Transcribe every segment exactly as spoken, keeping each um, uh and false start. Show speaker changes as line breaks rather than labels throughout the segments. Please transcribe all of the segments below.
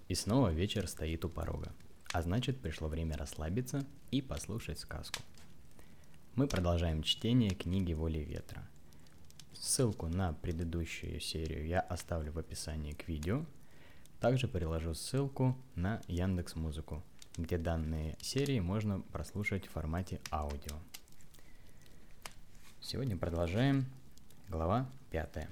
И снова вечер стоит у порога. А значит, пришло время расслабиться и послушать сказку. Мы продолжаем чтение книги «Воли ветра». Ссылку на предыдущую серию я оставлю в описании к видео. Также приложу ссылку на Яндекс.Музыку, где данные серии можно прослушать в формате аудио. Сегодня продолжаем. Глава пятая.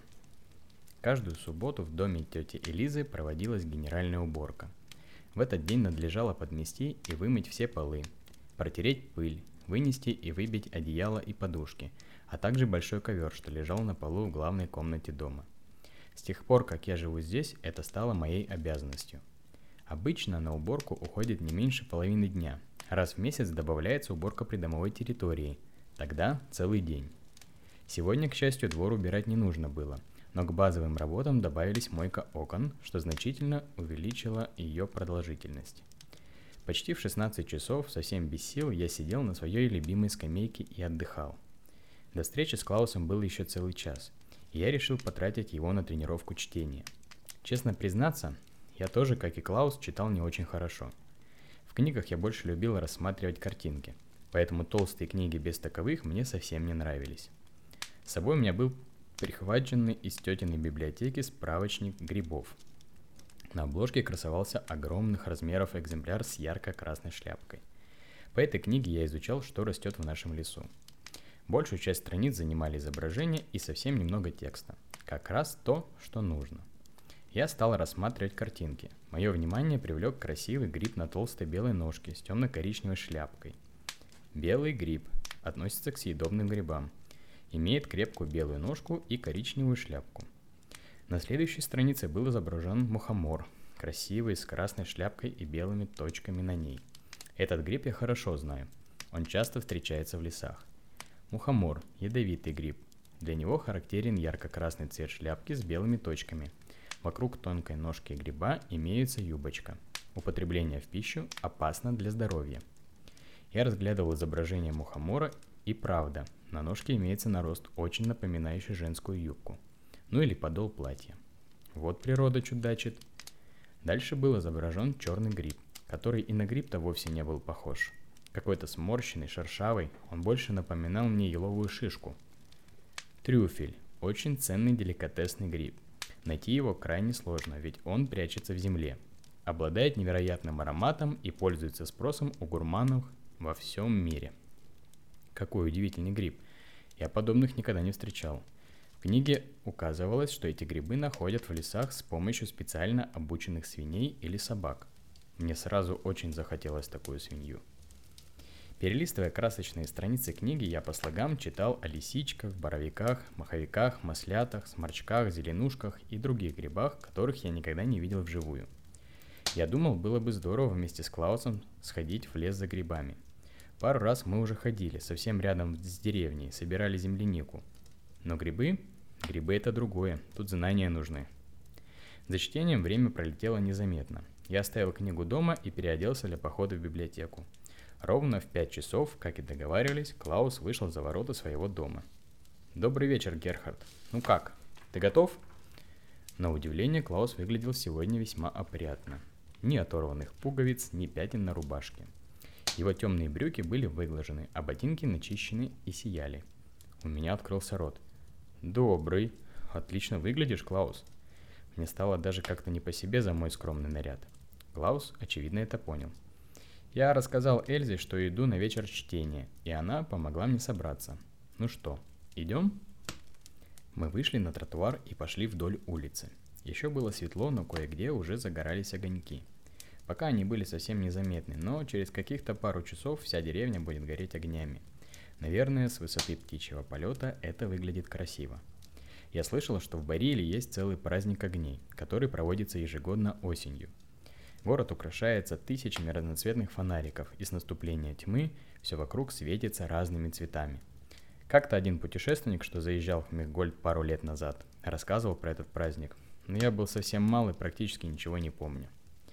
Каждую субботу в доме тети Элизы проводилась генеральная уборка. В этот день надлежало подмести и вымыть все полы, протереть пыль, вынести и выбить одеяло и подушки, а также большой ковер, что лежал на полу в главной комнате дома. С тех пор, как я живу здесь, это стало моей обязанностью. Обычно на уборку уходит не меньше половины дня. Раз в месяц добавляется уборка придомовой территории. Тогда целый день. Сегодня, к счастью, двор убирать не нужно было, но к базовым работам добавились мойка окон, что значительно увеличило ее продолжительность. Почти в шестнадцать часов, совсем без сил, я сидел на своей любимой скамейке и отдыхал. До встречи с Клаусом был еще целый час, и я решил потратить его на тренировку чтения. Честно признаться, я тоже, как и Клаус, читал не очень хорошо. В книгах я больше любил рассматривать картинки, поэтому толстые книги без таковых мне совсем не нравились. С собой у меня был прихваченный из тетиной библиотеки справочник грибов. На обложке красовался огромных размеров экземпляр с ярко-красной шляпкой. По этой книге я изучал, что растет в нашем лесу. Большую часть страниц занимали изображения и совсем немного текста. Как раз то, что нужно. Я стал рассматривать картинки. Мое внимание привлек красивый гриб на толстой белой ножке с темно-коричневой шляпкой. Белый гриб относится к съедобным грибам. Имеет крепкую белую ножку и коричневую шляпку. На следующей странице был изображен мухомор, красивый, с красной шляпкой и белыми точками на ней. Этот гриб я хорошо знаю. Он часто встречается в лесах. Мухомор – ядовитый гриб. Для него характерен ярко-красный цвет шляпки с белыми точками. Вокруг тонкой ножки гриба имеется юбочка. Употребление в пищу опасно для здоровья. Я разглядывал изображение мухомора, и правда, на ножке имеется нарост, очень напоминающий женскую юбку. Ну или подол платья. Вот природа чудачит. Дальше был изображен черный гриб, который и на гриб-то вовсе не был похож. Какой-то сморщенный, шершавый, он больше напоминал мне еловую шишку. Трюфель – очень ценный деликатесный гриб. Найти его крайне сложно, ведь он прячется в земле. Обладает невероятным ароматом и пользуется спросом у гурманов во всем мире. Какой удивительный гриб. Я подобных никогда не встречал. В книге указывалось, что эти грибы находят в лесах с помощью специально обученных свиней или собак. Мне сразу очень захотелось такую свинью. Перелистывая красочные страницы книги, я по слогам читал о лисичках, боровиках, маховиках, маслятах, сморчках, зеленушках и других грибах, которых я никогда не видел вживую. Я думал, было бы здорово вместе с Клаусом сходить в лес за грибами. Пару раз мы уже ходили, совсем рядом с деревней, собирали землянику. Но грибы? Грибы это другое, тут знания нужны. За чтением время пролетело незаметно. Я оставил книгу дома и переоделся для похода в библиотеку. Ровно в пять часов, как и договаривались, Клаус вышел за ворота своего дома. «Добрый вечер, Герхард. Ну как, ты готов?» На удивление, Клаус выглядел сегодня весьма опрятно. Ни оторванных пуговиц, ни пятен на рубашке. Его темные брюки были выглажены, а ботинки начищены и сияли. У меня открылся рот. «Добрый. Отлично выглядишь, Клаус». Мне стало даже как-то не по себе за мой скромный наряд. Клаус, очевидно, это понял. Я рассказал Эльзе, что иду на вечер чтения, и она помогла мне собраться. «Ну что, идем?» Мы вышли на тротуар и пошли вдоль улицы. Еще было светло, но кое-где уже загорались огоньки. Пока они были совсем незаметны, но через каких-то пару часов вся деревня будет гореть огнями. Наверное, с высоты птичьего полета это выглядит красиво. Я слышал, что в Бариле есть целый праздник огней, который проводится ежегодно осенью. Город украшается тысячами разноцветных фонариков, и с наступления тьмы все вокруг светится разными цветами. Как-то один путешественник, что заезжал в Мехгольд пару лет назад, рассказывал про этот праздник, но я был совсем мал и практически ничего не помню.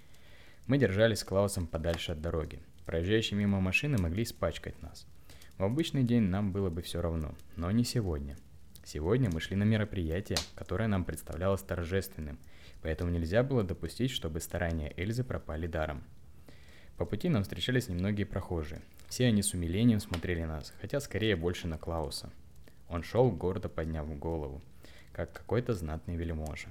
Мы держались с Клаусом подальше от дороги. Проезжающие мимо машины могли испачкать нас. В обычный день нам было бы все равно, но не сегодня. Сегодня мы шли на мероприятие, которое нам представлялось торжественным, поэтому нельзя было допустить, чтобы старания Эльзы пропали даром. По пути нам встречались немногие прохожие. Все они с умилением смотрели на нас, хотя скорее больше на Клауса. Он шел, гордо подняв голову, как какой-то знатный вельможа.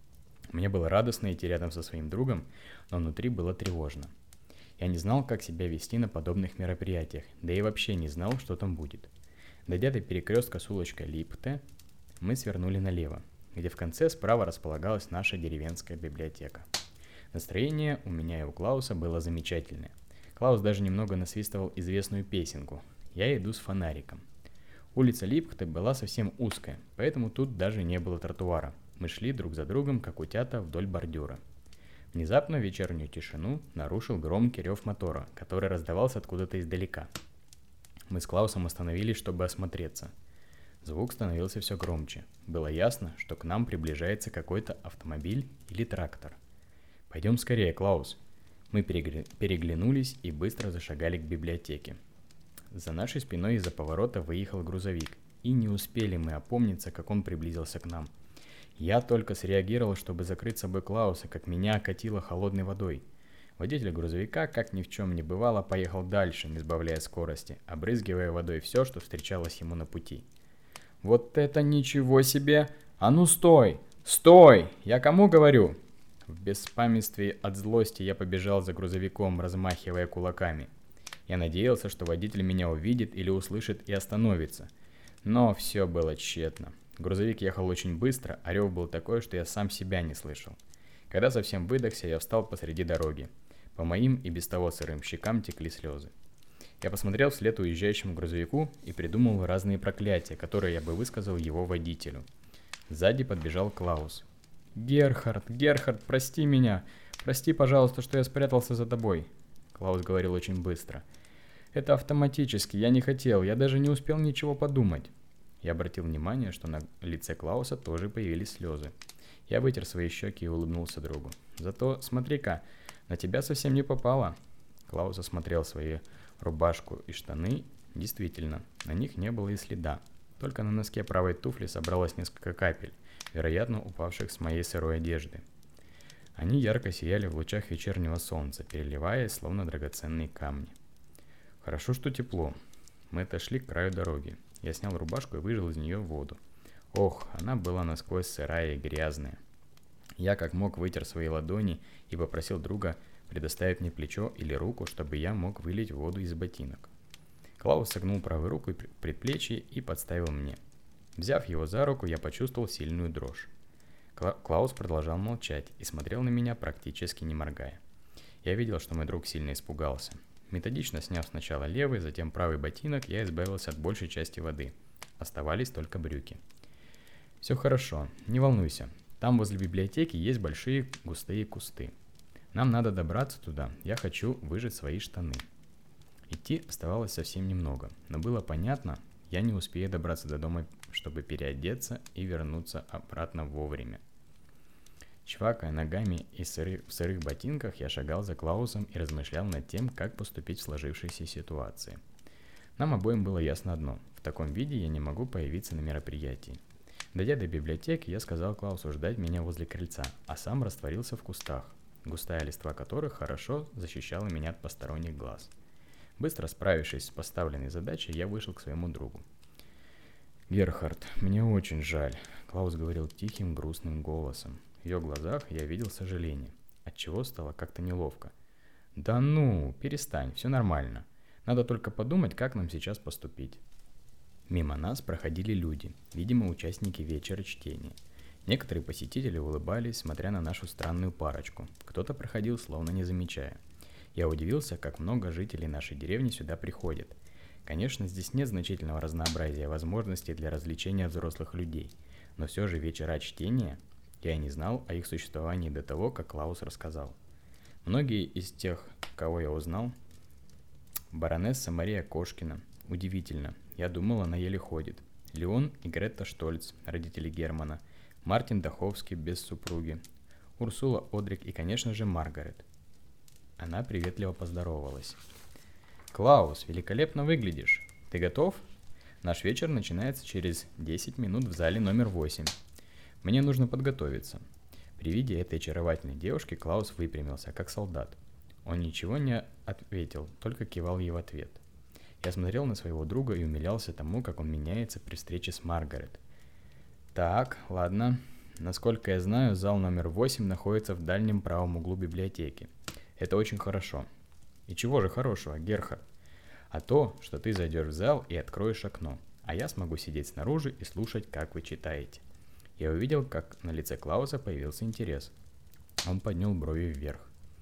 Мне было радостно идти рядом со своим другом, но внутри было тревожно. Я не знал, как себя вести на подобных мероприятиях, да и вообще не знал, что там будет. Дойдя до перекрестка с улочкой Липте, мы свернули налево, где в конце справа располагалась наша деревенская библиотека. Настроение у меня и у Клауса было замечательное. Клаус даже немного насвистывал известную песенку «Я иду с фонариком». Улица Липте была совсем узкая, поэтому тут даже не было тротуара. Мы шли друг за другом, как утята, вдоль бордюра. Внезапно вечернюю тишину нарушил громкий рев мотора, который раздавался откуда-то издалека. Мы с Клаусом остановились, чтобы осмотреться. Звук становился все громче. Было ясно, что к нам приближается какой-то автомобиль или трактор. «Пойдем скорее, Клаус». Мы перегля... переглянулись и быстро зашагали к библиотеке. За нашей спиной из-за поворота выехал грузовик, и не успели мы опомниться, как он приблизился к нам. Я только среагировал, чтобы закрыть собой Клауса, как меня окатило холодной водой. Водитель грузовика, как ни в чем не бывало, поехал дальше, не сбавляя скорости, обрызгивая водой все, что встречалось ему на пути. «Вот это ничего себе! А ну стой! Стой! Я кому говорю?» В беспамятстве от злости я побежал за грузовиком, размахивая кулаками. Я надеялся, что водитель меня увидит или услышит и остановится. Но все было тщетно. Грузовик ехал очень быстро, а рев был такой, что я сам себя не слышал. Когда совсем выдохся, я встал посреди дороги. По моим и без того сырым щекам текли слезы. Я посмотрел вслед уезжающему грузовику и придумал разные проклятия, которые я бы высказал его водителю. Сзади подбежал Клаус. «Герхард, Герхард, прости меня! Прости, пожалуйста, что я спрятался за тобой!» Клаус говорил очень быстро. «Это автоматически, я не хотел, я даже не успел ничего подумать». Я обратил внимание, что на лице Клауса тоже появились слезы. Я вытер свои щеки и улыбнулся другу. «Зато, смотри-ка, на тебя совсем не попало». Клаус осмотрел свою рубашку и штаны. Действительно, на них не было и следа. Только на носке правой туфли собралось несколько капель, вероятно, упавших с моей сырой одежды. Они ярко сияли в лучах вечернего солнца, переливаясь, словно драгоценные камни. Хорошо, что тепло. Мы отошли к краю дороги. Я снял рубашку и выжал из нее воду. Ох, она была насквозь сырая и грязная. Я как мог вытер свои ладони и попросил друга предоставить мне плечо или руку, чтобы я мог вылить воду из ботинок. Клаус согнул правую руку и предплечье и подставил мне. Взяв его за руку, я почувствовал сильную дрожь. Кла- Клаус продолжал молчать и смотрел на меня, практически не моргая. Я видел, что мой друг сильно испугался. Методично сняв сначала левый, затем правый ботинок, я избавился от большей части воды. Оставались только брюки. «Все хорошо, не волнуйся. Там возле библиотеки есть большие густые кусты. Нам надо добраться туда, я хочу выжать свои штаны». Идти оставалось совсем немного, но было понятно, я не успею добраться до дома, чтобы переодеться и вернуться обратно вовремя. Чвакая ногами и сыры, в сырых ботинках, я шагал за Клаусом и размышлял над тем, как поступить в сложившейся ситуации. Нам обоим было ясно одно: в таком виде я не могу появиться на мероприятии. Дойдя до библиотеки, я сказал Клаусу ждать меня возле крыльца, а сам растворился в кустах, густая листва которых хорошо защищала меня от посторонних глаз. Быстро справившись с поставленной задачей, я вышел к своему другу. «Герхард, мне очень жаль», — Клаус говорил тихим, грустным голосом. В ее глазах я видел сожаление, отчего стало как-то неловко. «Да ну, перестань, все нормально. Надо только подумать, как нам сейчас поступить». Мимо нас проходили люди, видимо, участники вечера чтения. Некоторые посетители улыбались, смотря на нашу странную парочку. Кто-то проходил, словно не замечая. Я удивился, как много жителей нашей деревни сюда приходят. Конечно, здесь нет значительного разнообразия возможностей для развлечения взрослых людей, но все же вечера чтения, я не знал о их существовании до того, как Клаус рассказал. Многие из тех, кого я узнал, баронесса Мария Кошкина. Удивительно, я думал, она еле ходит. Леон и Гретта Штольц, родители Германа, Мартин Даховский без супруги, Урсула Одрик и, конечно же, Маргарет. Она приветливо поздоровалась. «Клаус, великолепно выглядишь. Ты готов? Наш вечер начинается через десять минут в зале номер восемь. Мне нужно подготовиться. При виде этой очаровательной девушки Клаус выпрямился, как солдат. Он ничего не ответил, только кивал ей в ответ. Я смотрел на своего друга и умилялся тому, как он меняется при встрече с Маргарет. Так, ладно. Насколько я знаю, зал номер восемь находится в дальнем правом углу библиотеки. Это очень хорошо. И чего же хорошего, Герхард? А то, что ты зайдешь в зал и откроешь окно, а я смогу сидеть снаружи и слушать, как вы читаете. Я увидел, как на лице Клауса появился интерес. Он поднял брови вверх.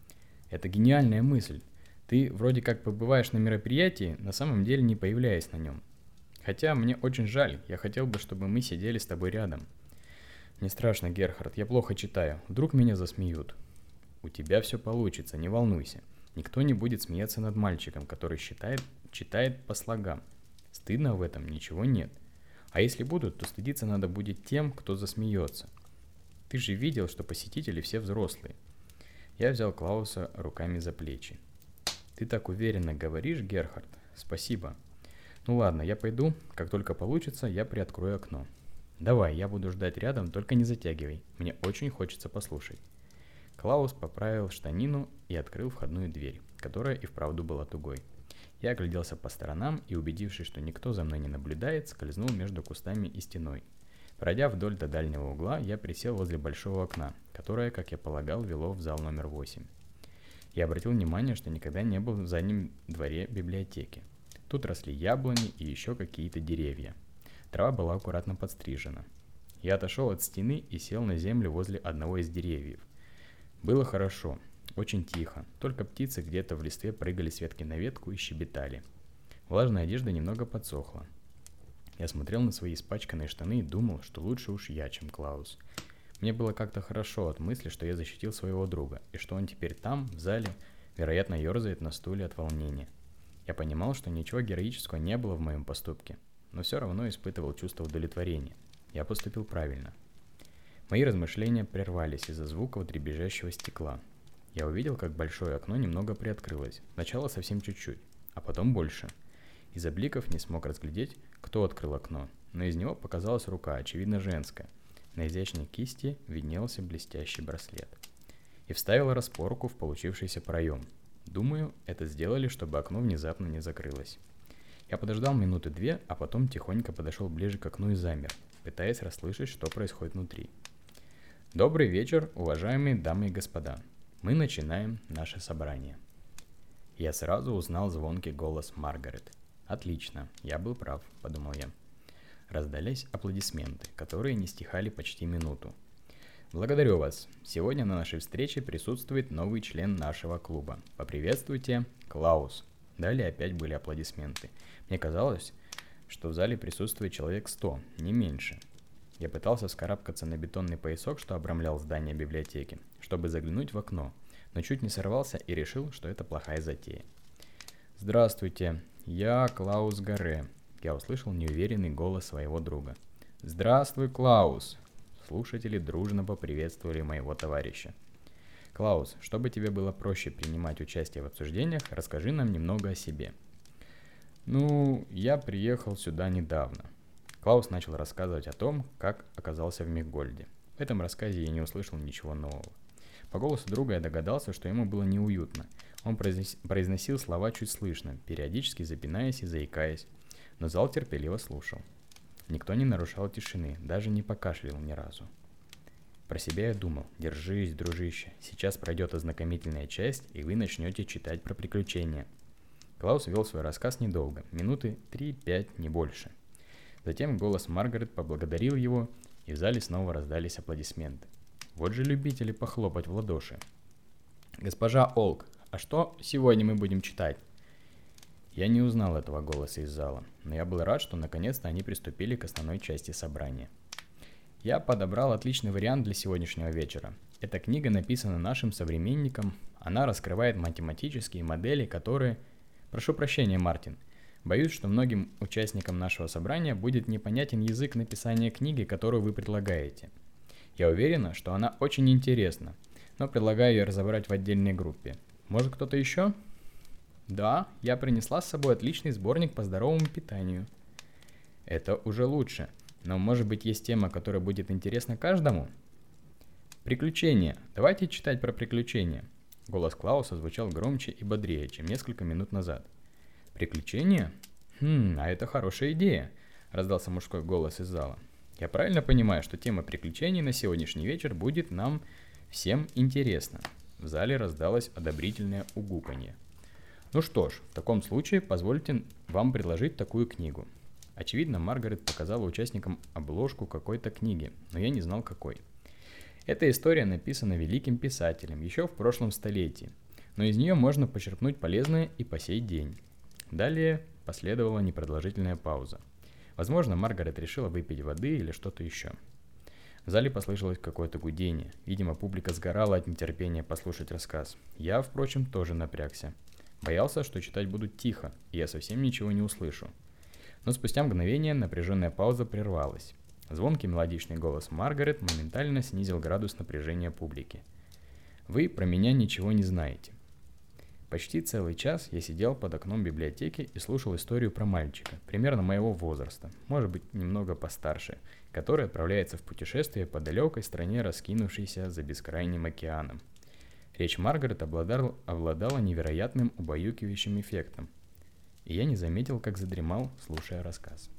Это гениальная мысль. Ты вроде как побываешь на мероприятии, на самом деле не появляясь на нем. Хотя мне очень жаль, я хотел бы, чтобы мы сидели с тобой рядом. Не страшно, Герхард, я плохо читаю. Вдруг меня засмеют. У тебя все получится, не волнуйся. Никто не будет смеяться над мальчиком, который считает, читает по слогам. Стыдно в этом ничего нет. А если будут, то стыдиться надо будет тем, кто засмеется. Ты же видел, что посетители все взрослые. Я взял Клауса руками за плечи. Ты так уверенно говоришь, Герхард. Спасибо. Ну ладно, я пойду. Как только получится, я приоткрою окно. Давай, я буду ждать рядом, только не затягивай. Мне очень хочется послушать. Клаус поправил штанину и открыл входную дверь, которая и вправду была тугой. Я огляделся по сторонам и, убедившись, что никто за мной не наблюдает, скользнул между кустами и стеной. Пройдя вдоль до дальнего угла, я присел возле большого окна, которое, как я полагал, вело в зал номер восемь. Я обратил внимание, что никогда не был в заднем дворе библиотеки. Тут росли яблони и еще какие-то деревья. Трава была аккуратно подстрижена. Я отошел от стены и сел на землю возле одного из деревьев. Было хорошо, очень тихо, только птицы где-то в листве прыгали с ветки на ветку и щебетали. Влажная одежда немного подсохла. Я смотрел на свои испачканные штаны и думал, что лучше уж я, чем Клаус. Мне было как-то хорошо от мысли, что я защитил своего друга, и что он теперь там, в зале, вероятно, ерзает на стуле от волнения. Я понимал, что ничего героического не было в моем поступке, но все равно испытывал чувство удовлетворения. Я поступил правильно. Мои размышления прервались из-за звуков дребезжащего стекла. Я увидел, как большое окно немного приоткрылось, сначала совсем чуть-чуть, а потом больше. Из-за бликов не смог разглядеть, кто открыл окно, но из него показалась рука, очевидно женская. На изящной кисти виднелся блестящий браслет. И вставила распорку в получившийся проем. Думаю, это сделали, чтобы окно внезапно не закрылось. Я подождал минуты две, а потом тихонько подошел ближе к окну и замер, пытаясь расслышать, что происходит внутри. Добрый вечер, уважаемые дамы и господа. Мы начинаем наше собрание. Я сразу узнал звонкий голос Маргарет. Отлично, я был прав, подумал я. Раздались аплодисменты, которые не стихали почти минуту. Благодарю вас. Сегодня на нашей встрече присутствует новый член нашего клуба. Поприветствуйте, Клаус. Далее опять были аплодисменты. Мне казалось, что в зале присутствует человек сто, не меньше. Я пытался вскарабкаться на бетонный поясок, что обрамлял здание библиотеки, чтобы заглянуть в окно, но чуть не сорвался и решил, что это плохая затея. Здравствуйте, я Клаус Гарре. Я услышал неуверенный голос своего друга. Здравствуй, Клаус. Слушатели дружно поприветствовали моего товарища. Клаус, чтобы тебе было проще принимать участие в обсуждениях, расскажи нам немного о себе. Ну, я приехал сюда недавно. Клаус начал рассказывать о том, как оказался в Миггольде. В этом рассказе я не услышал ничего нового. По голосу друга я догадался, что ему было неуютно. Он произнес, произносил слова чуть слышно, периодически запинаясь и заикаясь, но зал терпеливо слушал. Никто не нарушал тишины, даже не покашлял ни разу. Про себя я думал: держись, дружище, сейчас пройдет ознакомительная часть, и вы начнете читать про приключения. Клаус вел свой рассказ недолго, минуты три-пять, не больше. Затем голос Маргарет поблагодарил его, и в зале снова раздались аплодисменты. Вот же любители похлопать в ладоши. «Госпожа Олк, а что сегодня мы будем читать?» Я не узнал этого голоса из зала, но я был рад, что наконец-то они приступили к основной части собрания. Я подобрал отличный вариант для сегодняшнего вечера. Эта книга написана нашим современником, она раскрывает математические модели, которые... Прошу прощения, Мартин. Боюсь, что многим участникам нашего собрания будет непонятен язык написания книги, которую вы предлагаете. Я уверена, что она очень интересна, но предлагаю ее разобрать в отдельной группе. Может, кто-то еще? Да, я принесла с собой отличный сборник по здоровому питанию. Это уже лучше, но может быть есть тема, которая будет интересна каждому? «Приключения! Давайте читать про приключения!» Голос Клауса звучал громче и бодрее, чем несколько минут назад. «Приключения? Хм, а это хорошая идея!» — раздался мужской голос из зала. «Я правильно понимаю, что тема приключений на сегодняшний вечер будет нам всем интересна?» В зале раздалось одобрительное угуканье. «Ну что ж, в таком случае позвольте вам предложить такую книгу». Очевидно, Маргарет показала участникам обложку какой-то книги, но я не знал какой. Эта история написана великим писателем еще в прошлом столетии, но из нее можно почерпнуть полезное и по сей день. Далее последовала непродолжительная пауза. Возможно, Маргарет решила выпить воды или что-то еще. В зале послышалось какое-то гудение. Видимо, публика сгорала от нетерпения послушать рассказ. Я, впрочем, тоже напрягся. Боялся, что читать буду тихо, и я совсем ничего не услышу. Но спустя мгновение напряженная пауза прервалась. Звонкий мелодичный голос Маргарет моментально снизил градус напряжения публики. «Вы про меня ничего не знаете». Почти целый час я сидел под окном библиотеки и слушал историю про мальчика, примерно моего возраста, может быть, немного постарше, который отправляется в путешествие по далекой стране, раскинувшейся за бескрайним океаном. Речь Маргарет обладала, обладала невероятным убаюкивающим эффектом, и я не заметил, как задремал, слушая рассказ.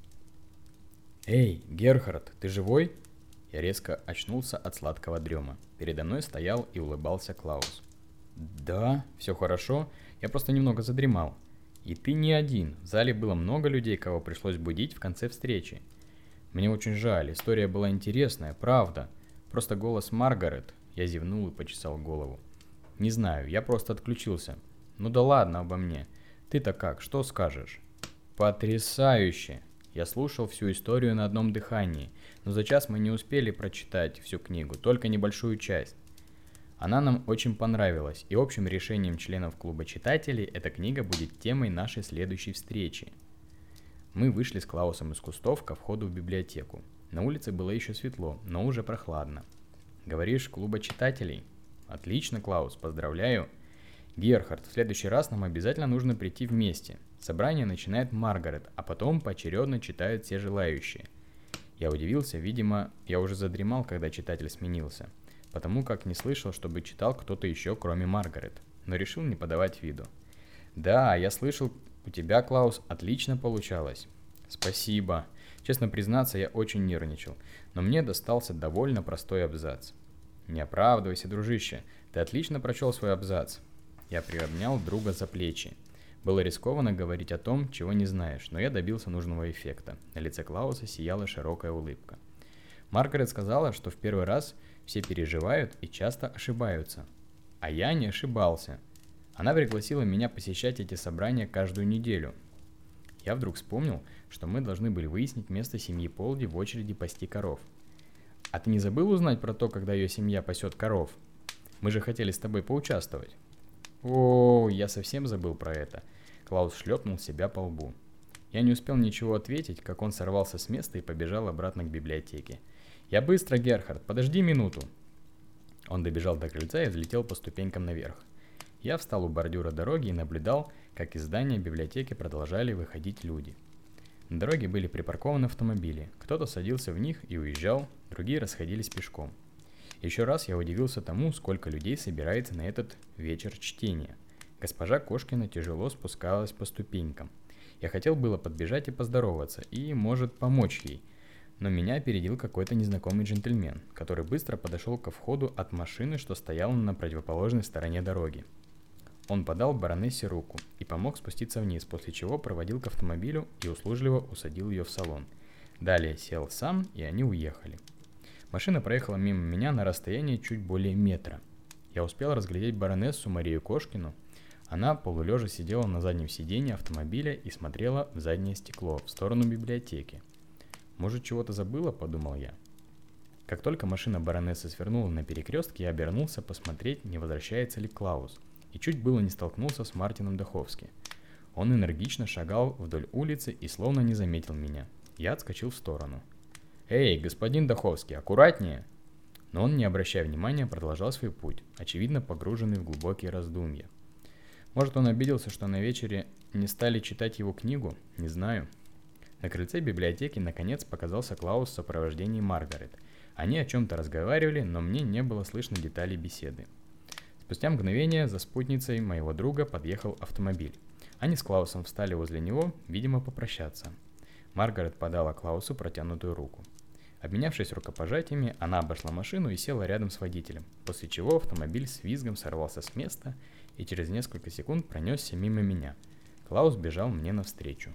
«Эй, Герхард, ты живой?» Я резко очнулся от сладкого дрема. Передо мной стоял и улыбался Клаус. «Да, все хорошо, я просто немного задремал. И ты не один, в зале было много людей, кого пришлось будить в конце встречи. Мне очень жаль, история была интересная, правда. Просто голос Маргарет...» Я зевнул и почесал голову. «Не знаю, я просто отключился. Ну да ладно обо мне. Ты-то как, что скажешь?» «Потрясающе!» Я слушал всю историю на одном дыхании, но за час мы не успели прочитать всю книгу, только небольшую часть. Она нам очень понравилась, и общим решением членов клуба читателей эта книга будет темой нашей следующей встречи. Мы вышли с Клаусом из кустов ко входу в библиотеку. На улице было еще светло, но уже прохладно. «Говоришь, клуба читателей?» «Отлично, Клаус, поздравляю!» «Герхард, в следующий раз нам обязательно нужно прийти вместе. Собрание начинает Маргарет, а потом поочередно читают все желающие». Я удивился, видимо, я уже задремал, когда читатель сменился, потому как не слышал, чтобы читал кто-то еще, кроме Маргарет, но решил не подавать виду. «Да, я слышал, у тебя, Клаус, отлично получалось». «Спасибо. Честно признаться, я очень нервничал, но мне достался довольно простой абзац». «Не оправдывайся, дружище, ты отлично прочел свой абзац». Я приобнял друга за плечи. Было рискованно говорить о том, чего не знаешь, но я добился нужного эффекта. На лице Клауса сияла широкая улыбка. Маргарет сказала, что в первый раз все переживают и часто ошибаются. А я не ошибался. Она пригласила меня посещать эти собрания каждую неделю. Я вдруг вспомнил, что мы должны были выяснить место семьи Полди в очереди пасти коров. «А ты не забыл узнать про то, когда ее семья пасет коров? Мы же хотели с тобой поучаствовать». «О, я совсем забыл про это». Клаус шлепнул себя по лбу. Я не успел ничего ответить, как он сорвался с места и побежал обратно к библиотеке. «Я быстро, Герхард, подожди минуту». Он добежал до крыльца и взлетел по ступенькам наверх. Я встал у бордюра дороги и наблюдал, как из здания библиотеки продолжали выходить люди. На дороге были припаркованы автомобили. Кто-то садился в них и уезжал, другие расходились пешком. Еще раз я удивился тому, сколько людей собирается на этот вечер чтения. Госпожа Кошкина тяжело спускалась по ступенькам. Я хотел было подбежать и поздороваться, и, может, помочь ей. Но меня опередил какой-то незнакомый джентльмен, который быстро подошел ко входу от машины, что стояла на противоположной стороне дороги. Он подал баронессе руку и помог спуститься вниз, после чего проводил к автомобилю и услужливо усадил ее в салон. Далее сел сам, и они уехали. Машина проехала мимо меня на расстоянии чуть более метра. Я успел разглядеть баронессу Марию Кошкину. Она полулежа сидела на заднем сиденье автомобиля и смотрела в заднее стекло, в сторону библиотеки. «Может, чего-то забыла?» – подумал я. Как только машина баронессы свернула на перекрестке, я обернулся посмотреть, не возвращается ли Клаус, и чуть было не столкнулся с Мартином Даховски. Он энергично шагал вдоль улицы и словно не заметил меня. Я отскочил в сторону. «Эй, господин Даховский, аккуратнее!» Но он, не обращая внимания, продолжал свой путь, очевидно погруженный в глубокие раздумья. Может, он обиделся, что на вечере не стали читать его книгу? Не знаю. На крыльце библиотеки наконец показался Клаус в сопровождении Маргарет. Они о чем-то разговаривали, но мне не было слышно деталей беседы. Спустя мгновение за спутницей моего друга подъехал автомобиль. Они с Клаусом встали возле него, видимо, попрощаться. Маргарет подала Клаусу протянутую руку. Обменявшись рукопожатиями, она обошла машину и села рядом с водителем, после чего автомобиль с визгом сорвался с места и через несколько секунд пронесся мимо меня. Клаус бежал мне навстречу.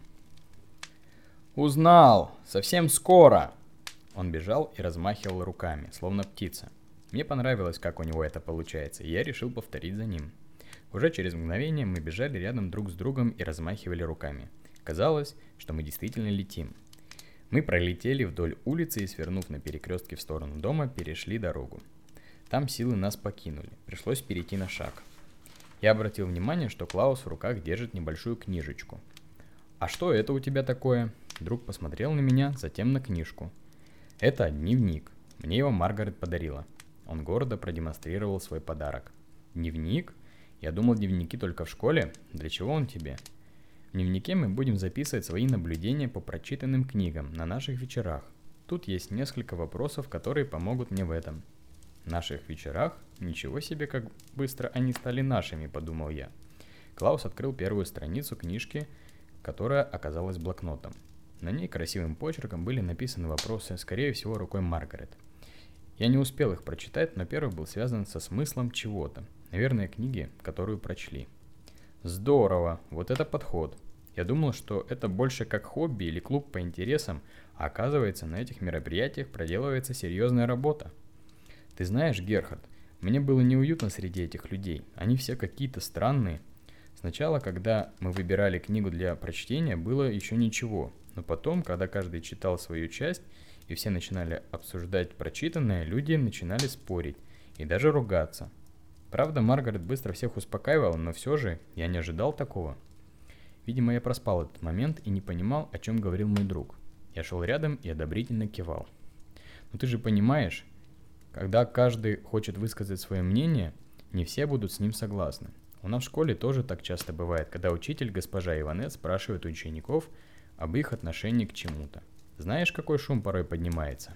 «Узнал! Совсем скоро!» Он бежал и размахивал руками, словно птица. Мне понравилось, как у него это получается, и я решил повторить за ним. Уже через мгновение мы бежали рядом друг с другом и размахивали руками. Казалось, что мы действительно летим. Мы пролетели вдоль улицы и, свернув на перекрестке в сторону дома, перешли дорогу. Там силы нас покинули, пришлось перейти на шаг. Я обратил внимание, что Клаус в руках держит небольшую книжечку. «А что это у тебя такое?» Друг посмотрел на меня, затем на книжку. «Это дневник. Мне его Маргарет подарила». Он гордо продемонстрировал свой подарок. «Дневник? Я думал, дневники только в школе. Для чего он тебе?» В дневнике мы будем записывать свои наблюдения по прочитанным книгам на наших вечерах. Тут есть несколько вопросов, которые помогут мне в этом. Наших вечерах? Ничего себе, как быстро они стали нашими, подумал я. Клаус открыл первую страницу книжки, которая оказалась блокнотом. На ней красивым почерком были написаны вопросы, скорее всего, рукой Маргарет. Я не успел их прочитать, но первый был связан со смыслом чего-то. Наверное, книги, которую прочли. Здорово, вот это подход. Я думал, что это больше как хобби или клуб по интересам, а оказывается, на этих мероприятиях проделывается серьезная работа. Ты знаешь, Герхард, мне было неуютно среди этих людей. Они все какие-то странные. Сначала, когда мы выбирали книгу для прочтения, было еще ничего. Но потом, когда каждый читал свою часть, и все начинали обсуждать прочитанное, люди начинали спорить и даже ругаться. Правда, Маргарет быстро всех успокаивала, но все же я не ожидал такого. Видимо, я проспал этот момент и не понимал, о чем говорил мой друг. Я шел рядом и одобрительно кивал. Но ты же понимаешь, когда каждый хочет высказать свое мнение, не все будут с ним согласны. У нас в школе тоже так часто бывает, когда учитель, госпожа Иванет, спрашивает у учеников об их отношении к чему-то. Знаешь, какой шум порой поднимается?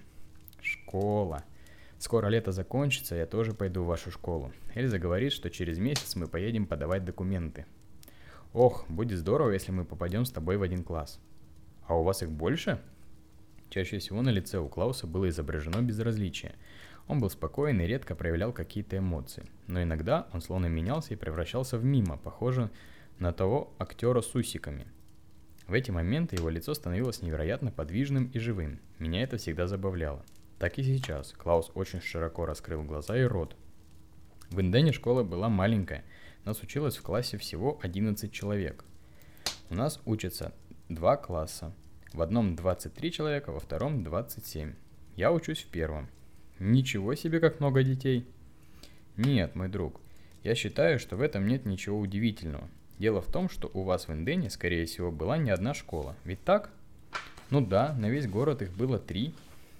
Школа. Скоро лето закончится, я тоже пойду в вашу школу. Эльза говорит, что через месяц мы поедем подавать документы. Ох, будет здорово, если мы попадем с тобой в один класс. А у вас их больше? Чаще всего на лице у Клауса было изображено безразличие. Он был спокоен и редко проявлял какие-то эмоции. Но иногда он словно менялся и превращался в мимо, похоже на того актера с усиками. В эти моменты его лицо становилось невероятно подвижным и живым. Меня это всегда забавляло. Так и сейчас. Клаус очень широко раскрыл глаза и рот. В Индене школа была маленькая. Нас училось в классе всего одиннадцать человек. У нас учатся два класса. В одном двадцать три человека, во втором двадцать семь. Я учусь в первом. Ничего себе, как много детей. Нет, мой друг, я считаю, что в этом нет ничего удивительного. Дело в том, что у вас в Индене, скорее всего, была не одна школа. Ведь так? Ну да, на весь город их было три.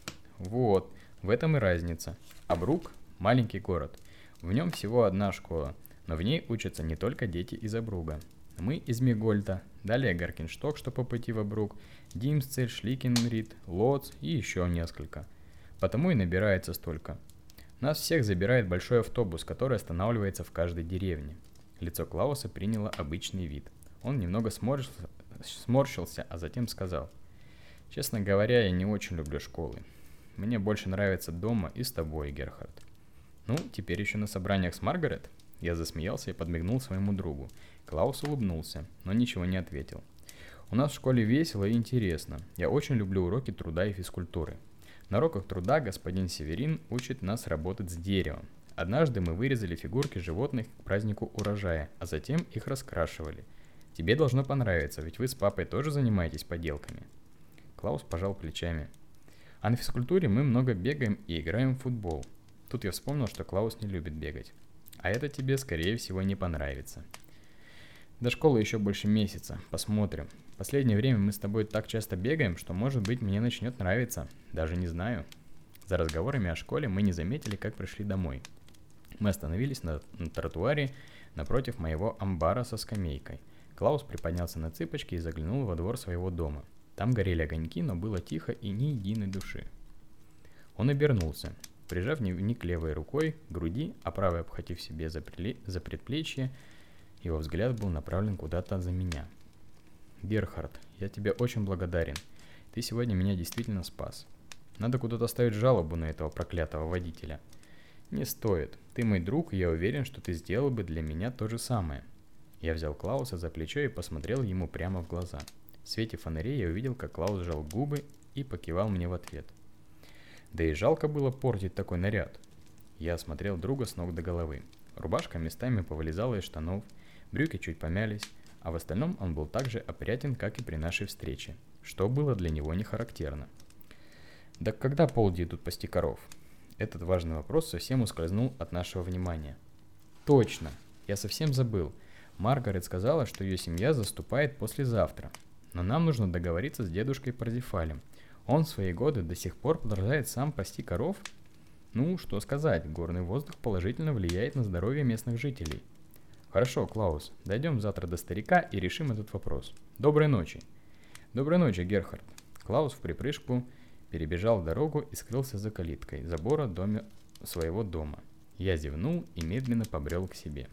Вот, в этом и разница. Абрук – маленький город. В нем всего одна школа. Но в ней учатся не только дети из Абруга. Мы из Мигольта, далее Гаркиншток, что по пути в Абруг, Димсцель, Шликенрид, Лоц и еще несколько. Потому и набирается столько. Нас всех забирает большой автобус, который останавливается в каждой деревне. Лицо Клауса приняло обычный вид. Он немного сморщился, сморщился, а затем сказал: «Честно говоря, я не очень люблю школы. Мне больше нравится дома и с тобой, Герхард». «Ну, теперь еще на собраниях с Маргарет?» Я засмеялся и подмигнул своему другу. Клаус улыбнулся, но ничего не ответил. «У нас в школе весело и интересно. Я очень люблю уроки труда и физкультуры. На уроках труда господин Северин учит нас работать с деревом. Однажды мы вырезали фигурки животных к празднику урожая, а затем их раскрашивали. Тебе должно понравиться, ведь вы с папой тоже занимаетесь поделками». Клаус пожал плечами. «А на физкультуре мы много бегаем и играем в футбол». Тут я вспомнил, что Клаус не любит бегать. «А это тебе, скорее всего, не понравится». «До школы еще больше месяца. Посмотрим. В последнее время мы с тобой так часто бегаем, что, может быть, мне начнет нравиться. Даже не знаю». За разговорами о школе мы не заметили, как пришли домой. Мы остановились на, на тротуаре напротив моего амбара со скамейкой. Клаус приподнялся на цыпочки и заглянул во двор своего дома. Там горели огоньки, но было тихо и ни единой души. Он обернулся, прижав дневник левой рукой к груди, а правой обхватив себе за, приле... за предплечье. Его взгляд был направлен куда-то за меня. «Герхард, я тебе очень благодарен. Ты сегодня меня действительно спас. Надо куда-то ставить жалобу на этого проклятого водителя». «Не стоит. Ты мой друг, и я уверен, что ты сделал бы для меня то же самое». Я взял Клауса за плечо и посмотрел ему прямо в глаза. В свете фонарей я увидел, как Клаус сжал губы и покивал мне в ответ. Да и жалко было портить такой наряд. Я осмотрел друга с ног до головы. Рубашка местами повылезала из штанов, брюки чуть помялись, а в остальном он был так же опрятен, как и при нашей встрече, что было для него не характерно. «Да когда Полди идут пасти коров?» Этот важный вопрос совсем ускользнул от нашего внимания. «Точно! Я совсем забыл. Маргарет сказала, что ее семья заступает послезавтра. Но нам нужно договориться с дедушкой Парзифалем. Он в свои годы до сих пор продолжает сам пасти коров? Ну, что сказать, горный воздух положительно влияет на здоровье местных жителей. Хорошо, Клаус, дойдем завтра до старика и решим этот вопрос. Доброй ночи». «Доброй ночи, Герхард». Клаус в припрыжку перебежал дорогу и скрылся за калиткой забора доме своего дома. Я зевнул и медленно побрел к себе.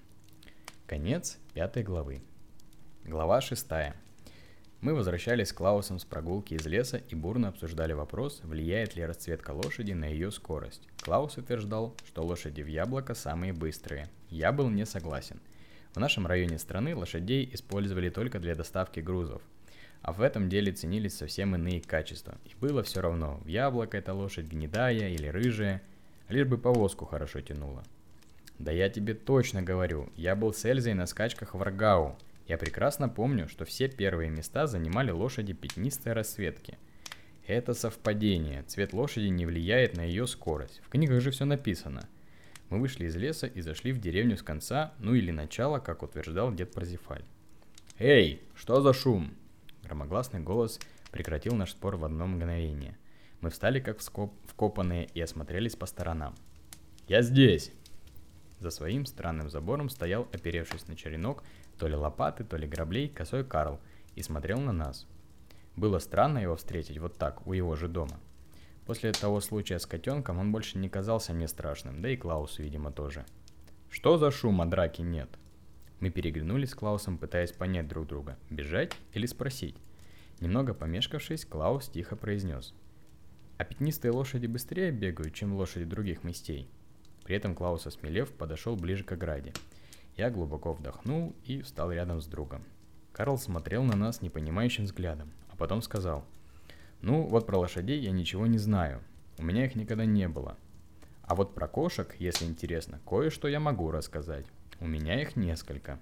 Конец пятой главы. Глава шестая. Мы возвращались с Клаусом с прогулки из леса и бурно обсуждали вопрос, влияет ли расцветка лошади на ее скорость. Клаус утверждал, что лошади в яблоко самые быстрые. Я был не согласен. В нашем районе страны лошадей использовали только для доставки грузов. А в этом деле ценились совсем иные качества. И было все равно, в яблоко эта лошадь гнедая или рыжая, лишь бы повозку хорошо тянула. Да я тебе точно говорю, я был с Эльзой на скачках в Аргау. Я прекрасно помню, что все первые места занимали лошади пятнистой расцветки. Это совпадение, цвет лошади не влияет на ее скорость. В книгах же все написано. Мы вышли из леса и зашли в деревню с конца, ну или начала, как утверждал дед Парзифаль. «Эй, что за шум?» Громогласный голос прекратил наш спор в одно мгновение. Мы встали как вскоп- вкопанные и осмотрелись по сторонам. «Я здесь!» За своим странным забором стоял, оперевшись на черенок, то ли лопаты, то ли граблей, косой Карл, и смотрел на нас. Было странно его встретить вот так, у его же дома. После того случая с котенком он больше не казался мне страшным, да и Клаусу, видимо, тоже. «Что за шум, а драки нет?» Мы переглянулись с Клаусом, пытаясь понять друг друга, бежать или спросить. Немного помешкавшись, Клаус тихо произнес: «А пятнистые лошади быстрее бегают, чем лошади других мастей?» При этом Клаус, осмелев, подошел ближе к ограде. Я глубоко вдохнул и встал рядом с другом. Карл смотрел на нас непонимающим взглядом, а потом сказал: «Ну, вот про лошадей я ничего не знаю, у меня их никогда не было. А вот про кошек, если интересно, кое-что я могу рассказать. У меня их несколько».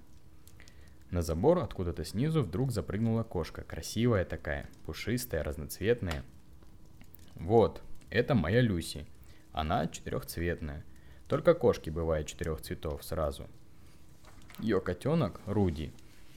На забор откуда-то снизу вдруг запрыгнула кошка, красивая такая, пушистая, разноцветная. «Вот, это моя Люси. Она четырехцветная. Только кошки бывают четырех цветов сразу. Ее котенок Руди».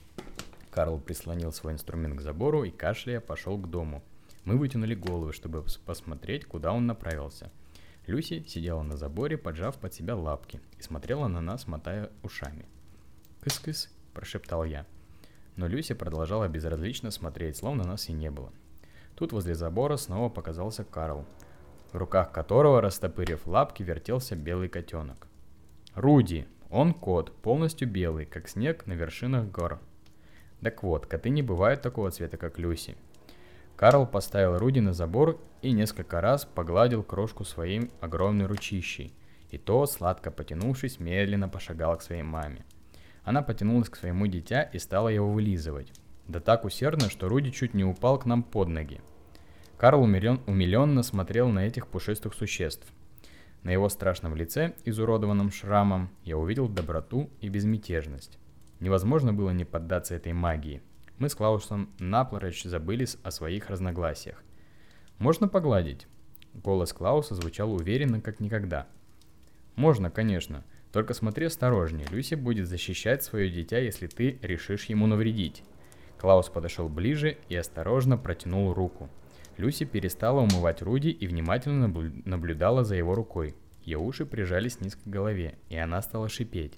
Карл прислонил свой инструмент к забору и, кашляя, пошел к дому. Мы вытянули головы, чтобы посмотреть, куда он направился. Люси сидела на заборе, поджав под себя лапки, и смотрела на нас, мотая ушами. «Кыс-кыс», — прошептал я. Но Люси продолжала безразлично смотреть, словно нас и не было. Тут возле забора снова показался Карл, в руках которого, растопырив лапки, вертелся белый котенок. «Руди! Он кот, полностью белый, как снег на вершинах гор». Так вот, коты не бывают такого цвета, как Люси. Карл поставил Руди на забор и несколько раз погладил крошку своим огромной ручищей, и то, сладко потянувшись, медленно пошагал к своей маме. Она потянулась к своему дитя и стала его вылизывать. Да так усердно, что Руди чуть не упал к нам под ноги. Карл умилен, умиленно смотрел на этих пушистых существ. На его страшном лице, изуродованном шрамом, я увидел доброту и безмятежность. Невозможно было не поддаться этой магии. Мы с Клаусом напрочь забыли о своих разногласиях. «Можно погладить?» Голос Клауса звучал уверенно, как никогда. «Можно, конечно. Только смотри осторожнее. Люси будет защищать свое дитя, если ты решишь ему навредить». Клаус подошел ближе и осторожно протянул руку. Люси перестала умывать Руди и внимательно наблюдала за его рукой. Ее уши прижались низко к голове, и она стала шипеть.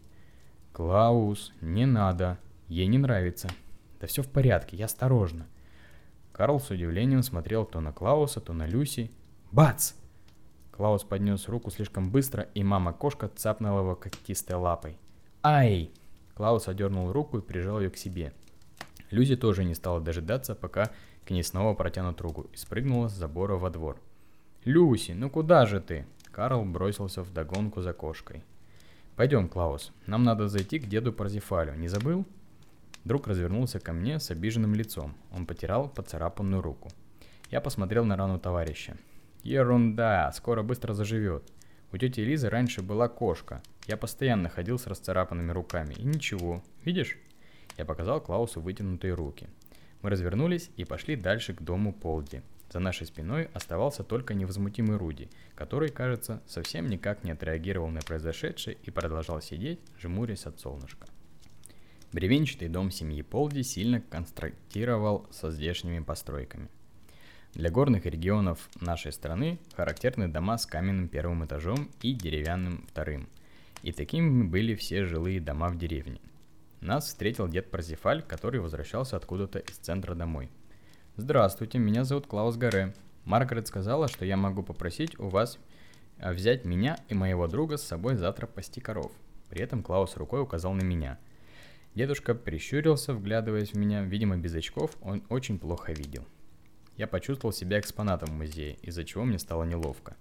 «Клаус, не надо. Ей не нравится». «Да все в порядке, я осторожно». Карл с удивлением смотрел то на Клауса, то на Люси. Бац! Клаус поднес руку слишком быстро, и мама-кошка цапнула его когтистой лапой. «Ай!» Клаус одернул руку и прижал ее к себе. Люзи тоже не стала дожидаться, пока к ней снова протянут руку, и спрыгнула с забора во двор. «Люси, ну куда же ты?» Карл бросился вдогонку за кошкой. «Пойдем, Клаус, нам надо зайти к деду Парзифалю, не забыл?» Друг развернулся ко мне с обиженным лицом. Он потирал поцарапанную руку. Я посмотрел на рану товарища. «Ерунда, скоро быстро заживет. У тети Лизы раньше была кошка. Я постоянно ходил с расцарапанными руками. И ничего, видишь?» Я показал Клаусу вытянутые руки. Мы развернулись и пошли дальше к дому Полди. За нашей спиной оставался только невозмутимый Руди, который, кажется, совсем никак не отреагировал на произошедшее и продолжал сидеть, жмурясь от солнышка. Бревенчатый дом семьи Полди сильно контрастировал со здешними постройками. Для горных регионов нашей страны характерны дома с каменным первым этажом и деревянным вторым. И такими были все жилые дома в деревне. Нас встретил дед Парзифаль, который возвращался откуда-то из центра домой. «Здравствуйте, меня зовут Клаус Гаре. Маргарет сказала, что я могу попросить у вас взять меня и моего друга с собой завтра пасти коров». При этом Клаус рукой указал на меня. Дедушка прищурился, вглядываясь в меня. Видимо, без очков он очень плохо видел. Я почувствовал себя экспонатом в музее, из-за чего мне стало неловко.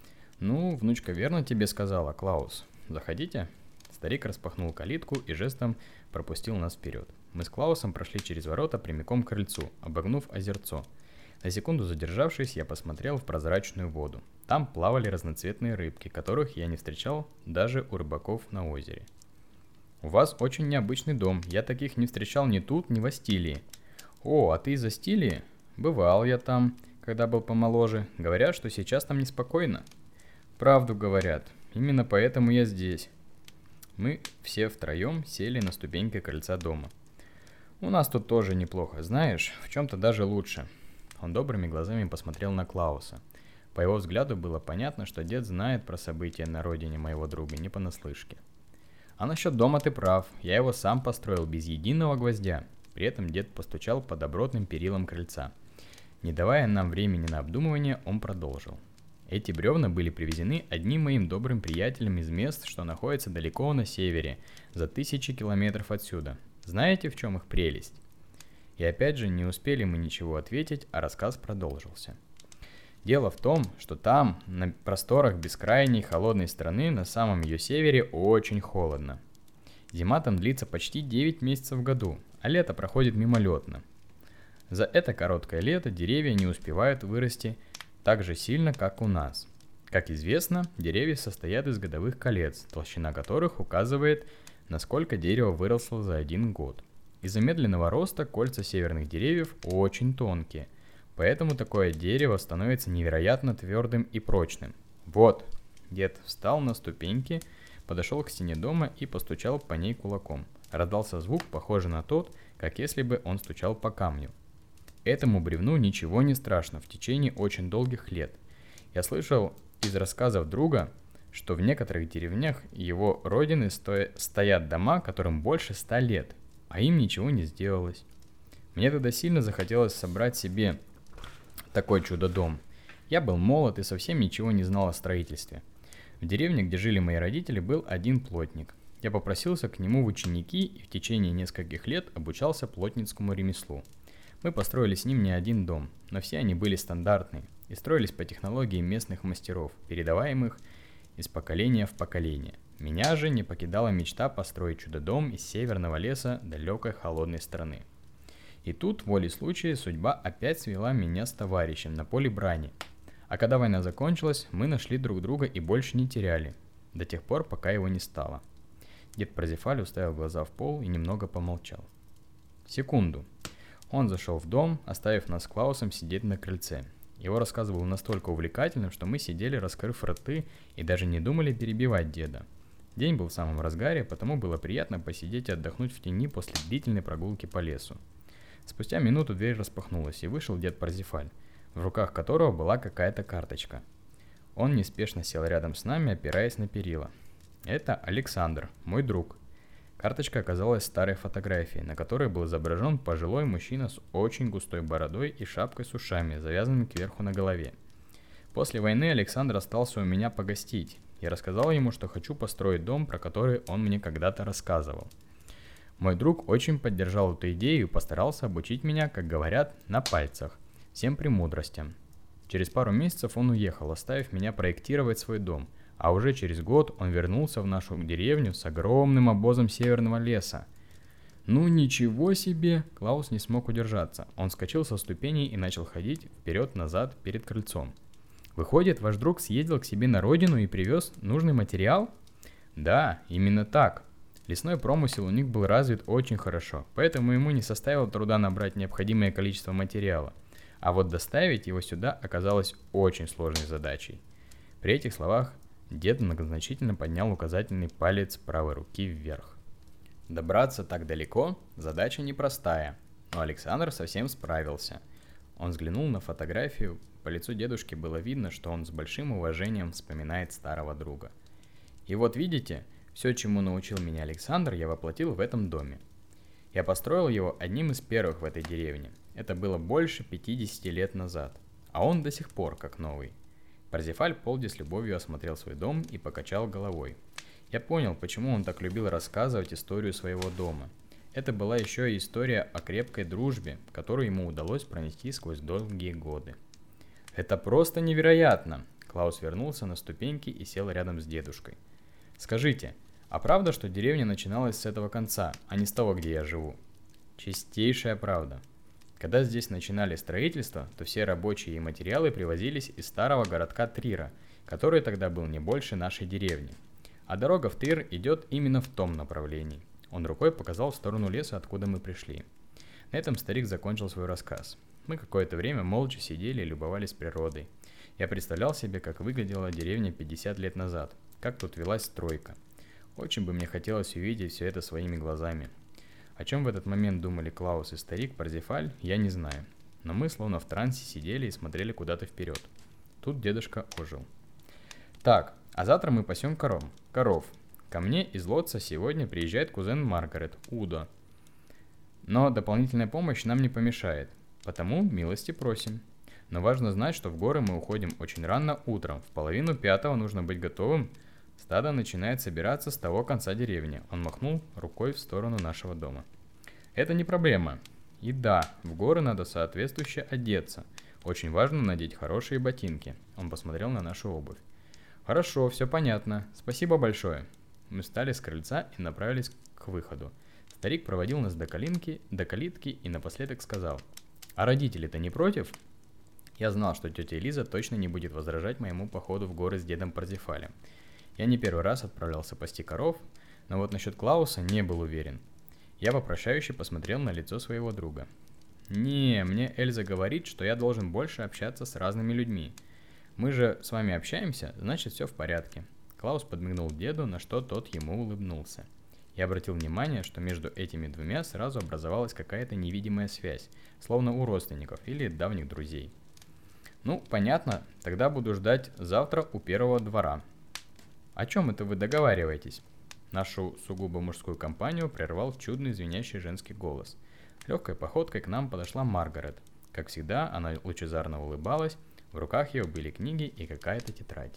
«Ну, внучка верно тебе сказала, Клаус. Заходите». Старик распахнул калитку и жестом пропустил нас вперед. Мы с Клаусом прошли через ворота прямиком к крыльцу, обогнув озерцо. На секунду задержавшись, я посмотрел в прозрачную воду. Там плавали разноцветные рыбки, которых я не встречал даже у рыбаков на озере. «У вас очень необычный дом. Я таких не встречал ни тут, ни в Астилии». «О, а ты из Астилии?» «Бывал я там, когда был помоложе. Говорят, что сейчас там неспокойно». «Правду говорят. Именно поэтому я здесь». Мы все втроем сели на ступеньки крыльца дома. «У нас тут тоже неплохо, знаешь, в чем-то даже лучше». Он добрыми глазами посмотрел на Клауса. По его взгляду было понятно, что дед знает про события на родине моего друга не понаслышке. «А насчет дома ты прав, я его сам построил без единого гвоздя». При этом дед постучал по добротным перилам крыльца. Не давая нам времени на обдумывание, он продолжил. Эти бревна были привезены одним моим добрым приятелем из мест, что находится далеко на севере, за тысячи километров отсюда. Знаете, в чем их прелесть? И опять же, не успели мы ничего ответить, а рассказ продолжился. Дело в том, что там, на просторах бескрайней холодной страны, на самом ее севере очень холодно. Зима там длится почти девять месяцев в году, а лето проходит мимолетно. За это короткое лето деревья не успевают вырасти так же сильно, как у нас. Как известно, деревья состоят из годовых колец, толщина которых указывает, насколько дерево выросло за один год. Из-за медленного роста кольца северных деревьев очень тонкие, поэтому такое дерево становится невероятно твердым и прочным. Вот, дед встал на ступеньки, подошел к стене дома и постучал по ней кулаком. Раздался звук, похожий на тот, как если бы он стучал по камню. Этому бревну ничего не страшно в течение очень долгих лет. Я слышал из рассказов друга, что в некоторых деревнях его родины сто... стоят дома, которым больше ста лет, а им ничего не сделалось. Мне тогда сильно захотелось собрать себе такой чудо-дом. Я был молод и совсем ничего не знал о строительстве. В деревне, где жили мои родители, был один плотник. Я попросился к нему в ученики и в течение нескольких лет обучался плотницкому ремеслу. Мы построили с ним не один дом, но все они были стандартные и строились по технологии местных мастеров, передаваемых из поколения в поколение. Меня же не покидала мечта построить чудо-дом из северного леса далекой холодной страны. И тут, волей случая, судьба опять свела меня с товарищем на поле брани. А когда война закончилась, мы нашли друг друга и больше не теряли, до тех пор, пока его не стало. Дед Парзифаль уставил глаза в пол и немного помолчал. Секунду. Он зашел в дом, оставив нас с Клаусом сидеть на крыльце. Его рассказ был настолько увлекательным, что мы сидели, раскрыв рты, и даже не думали перебивать деда. День был в самом разгаре, потому было приятно посидеть и отдохнуть в тени после длительной прогулки по лесу. Спустя минуту дверь распахнулась, и вышел дед Парзифаль, в руках которого была какая-то карточка. Он неспешно сел рядом с нами, опираясь на перила. «Это Александр, мой друг». Карточка оказалась старой фотографией, на которой был изображен пожилой мужчина с очень густой бородой и шапкой с ушами, завязанными кверху на голове. После войны Александр остался у меня погостить. Я рассказал ему, что хочу построить дом, про который он мне когда-то рассказывал. Мой друг очень поддержал эту идею и постарался обучить меня, как говорят, на пальцах, всем премудростям. Через пару месяцев он уехал, оставив меня проектировать свой дом, а уже через год он вернулся в нашу деревню с огромным обозом северного леса. Ну ничего себе! Клаус не смог удержаться. Он вскочил со ступеней и начал ходить вперед-назад перед крыльцом. Выходит, ваш друг съездил к себе на родину и привез нужный материал? Да, именно так. Лесной промысел у них был развит очень хорошо, поэтому ему не составило труда набрать необходимое количество материала. А вот доставить его сюда оказалось очень сложной задачей. При этих словах дед многозначительно поднял указательный палец правой руки вверх. Добраться так далеко – задача непростая, но Александр совсем справился. Он взглянул на фотографию, по лицу дедушки было видно, что он с большим уважением вспоминает старого друга. И вот видите, все, чему научил меня Александр, я воплотил в этом доме. Я построил его одним из первых в этой деревне. Это было больше пятидесяти лет назад, а он до сих пор как новый. Парзифаль Полди с любовью осмотрел свой дом и покачал головой. Я понял, почему он так любил рассказывать историю своего дома. Это была еще и история о крепкой дружбе, которую ему удалось пронести сквозь долгие годы. «Это просто невероятно!» Клаус вернулся на ступеньки и сел рядом с дедушкой. «Скажите, а правда, что деревня начиналась с этого конца, а не с того, где я живу?» «Чистейшая правда. Когда здесь начинали строительство, то все рабочие и материалы привозились из старого городка Трира, который тогда был не больше нашей деревни. А дорога в Трир идет именно в том направлении». Он рукой показал в сторону леса, откуда мы пришли. На этом старик закончил свой рассказ. Мы какое-то время молча сидели и любовались природой. Я представлял себе, как выглядела деревня пятьдесят лет назад, как тут велась стройка. Очень бы мне хотелось увидеть все это своими глазами. О чем в этот момент думали Клаус и старик Парзифаль, я не знаю. Но мы словно в трансе сидели и смотрели куда-то вперед. Тут дедушка ожил. «Так, а завтра мы пасем коров. коров. Ко мне из Лотца сегодня приезжает кузен Маргарет, Удо. Но дополнительная помощь нам не помешает, потому милости просим. Но важно знать, что в горы мы уходим очень рано утром, в половину пятого нужно быть готовым. Стадо начинает собираться с того конца деревни». Он махнул рукой в сторону нашего дома. «Это не проблема. И да, в горы надо соответствующе одеться. Очень важно надеть хорошие ботинки». Он посмотрел на нашу обувь. «Хорошо, все понятно. Спасибо большое». Мы встали с крыльца и направились к выходу. Старик проводил нас до калинки, до калитки и напоследок сказал: «А родители-то не против?» Я знал, что тетя Элиза точно не будет возражать моему походу в горы с дедом Парзифалем. Я не первый раз отправлялся пасти коров, но вот насчет Клауса не был уверен. Я вопрошающе посмотрел на лицо своего друга. «Не, мне Эльза говорит, что я должен больше общаться с разными людьми. Мы же с вами общаемся, значит все в порядке». Клаус подмигнул деду, на что тот ему улыбнулся. Я обратил внимание, что между этими двумя сразу образовалась какая-то невидимая связь, словно у родственников или давних друзей. «Ну, понятно, тогда буду ждать завтра у первого двора». «О чем это вы договариваетесь?» Нашу сугубо мужскую компанию прервал чудный звенящий женский голос. Легкой походкой к нам подошла Маргарет. Как всегда, она лучезарно улыбалась, в руках ее были книги и какая-то тетрадь.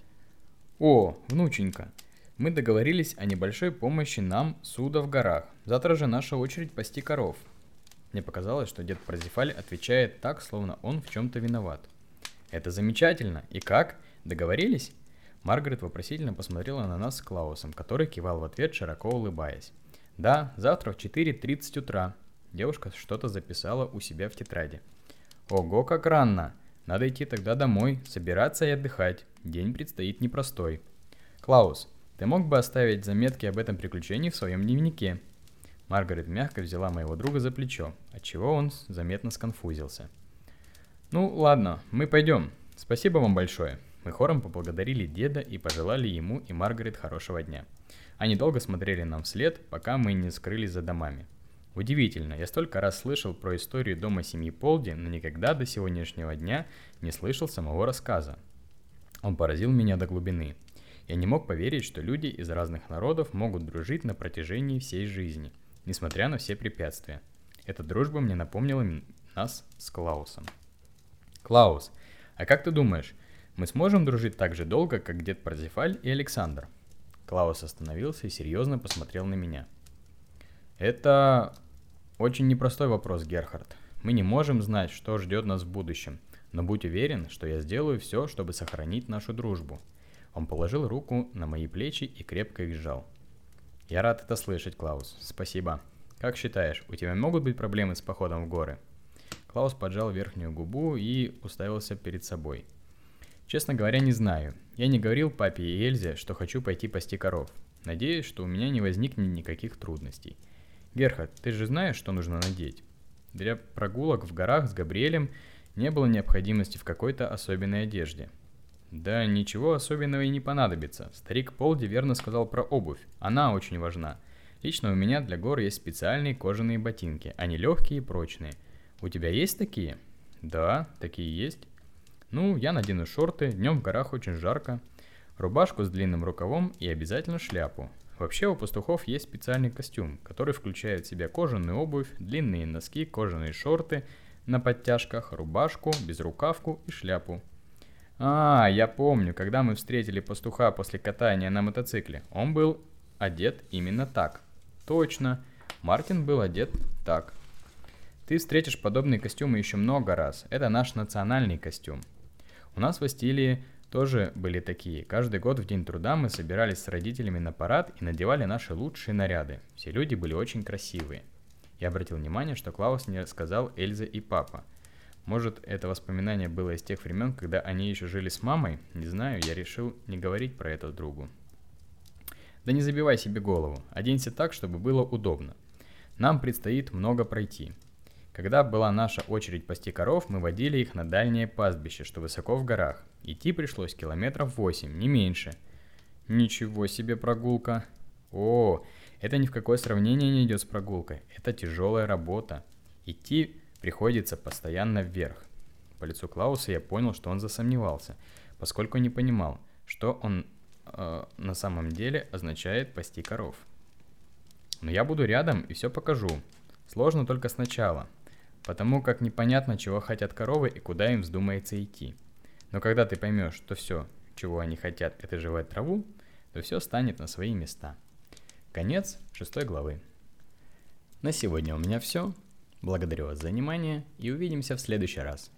«О, внученька, мы договорились о небольшой помощи нам суда в горах. Завтра же наша очередь пасти коров». Мне показалось, что дед Парзифаль отвечает так, словно он в чем-то виноват. «Это замечательно. И как? Договорились?» Маргарет вопросительно посмотрела на нас с Клаусом, который кивал в ответ, широко улыбаясь. «Да, завтра в четыре тридцать утра». Девушка что-то записала у себя в тетради. «Ого, как рано! Надо идти тогда домой, собираться и отдыхать. День предстоит непростой. Клаус, ты мог бы оставить заметки об этом приключении в своем дневнике?» Маргарет мягко взяла моего друга за плечо, отчего он заметно сконфузился. «Ну, ладно, мы пойдем. Спасибо вам большое». Мы хором поблагодарили деда и пожелали ему и Маргарет хорошего дня. Они долго смотрели нам вслед, пока мы не скрылись за домами. Удивительно, я столько раз слышал про историю дома семьи Полди, но никогда до сегодняшнего дня не слышал самого рассказа. Он поразил меня до глубины. Я не мог поверить, что люди из разных народов могут дружить на протяжении всей жизни, несмотря на все препятствия. Эта дружба мне напомнила нас с Клаусом. «Клаус, а как ты думаешь, Мы сможем дружить так же долго, как дед Парзифаль и Александр?» Клаус остановился и серьезно посмотрел на меня. «Это очень непростой вопрос, Герхард. Мы не можем знать, что ждет нас в будущем, но будь уверен, что я сделаю все, чтобы сохранить нашу дружбу». Он положил руку на мои плечи и крепко их сжал. «Я рад это слышать, Клаус. Спасибо. Как считаешь, у тебя могут быть проблемы с походом в горы?» Клаус поджал верхнюю губу и уставился перед собой. «Честно говоря, не знаю. Я не говорил папе и Эльзе, что хочу пойти пасти коров. Надеюсь, что у меня не возникнет никаких трудностей. Герхард, ты же знаешь, что нужно надеть? Для прогулок в горах с Габриэлем не было необходимости в какой-то особенной одежде». «Да ничего особенного и не понадобится. Старик Полди верно сказал про обувь. Она очень важна. Лично у меня для гор есть специальные кожаные ботинки. Они легкие и прочные. У тебя есть такие?» «Да, такие есть». «Ну, я надену шорты, днем в горах очень жарко, рубашку с длинным рукавом и обязательно шляпу. Вообще у пастухов есть специальный костюм, который включает в себя кожаную обувь, длинные носки, кожаные шорты на подтяжках, рубашку, безрукавку и шляпу». «А, я помню, когда мы встретили пастуха после катания на мотоцикле, он был одет именно так». «Точно, Мартин был одет так». «Ты встретишь подобные костюмы еще много раз, это наш национальный костюм». У нас в Астилии тоже были такие. Каждый год в День труда мы собирались с родителями на парад и надевали наши лучшие наряды. Все люди были очень красивые. Я обратил внимание, что Клаус не сказал Эльза и папа. Может, это воспоминание было из тех времен, когда они еще жили с мамой? Не знаю, я решил не говорить про это другу. «Да не забивай себе голову. Оденься так, чтобы было удобно. Нам предстоит много пройти. Когда была наша очередь пасти коров, мы водили их на дальнее пастбище, что высоко в горах. Идти пришлось километров восемь, не меньше». «Ничего себе прогулка!» «О, это ни в какое сравнение не идет с прогулкой. Это тяжелая работа. Идти приходится постоянно вверх». По лицу Клауса я понял, что он засомневался, поскольку не понимал, что он э, на самом деле означает пасти коров. «Но я буду рядом и все покажу. Сложно только сначала, потому как непонятно, чего хотят коровы и куда им вздумается идти. Но когда ты поймешь, что все, чего они хотят, это жевать траву, то все станет на свои места». Конец шестой главы. На сегодня у меня все. Благодарю вас за внимание и увидимся в следующий раз.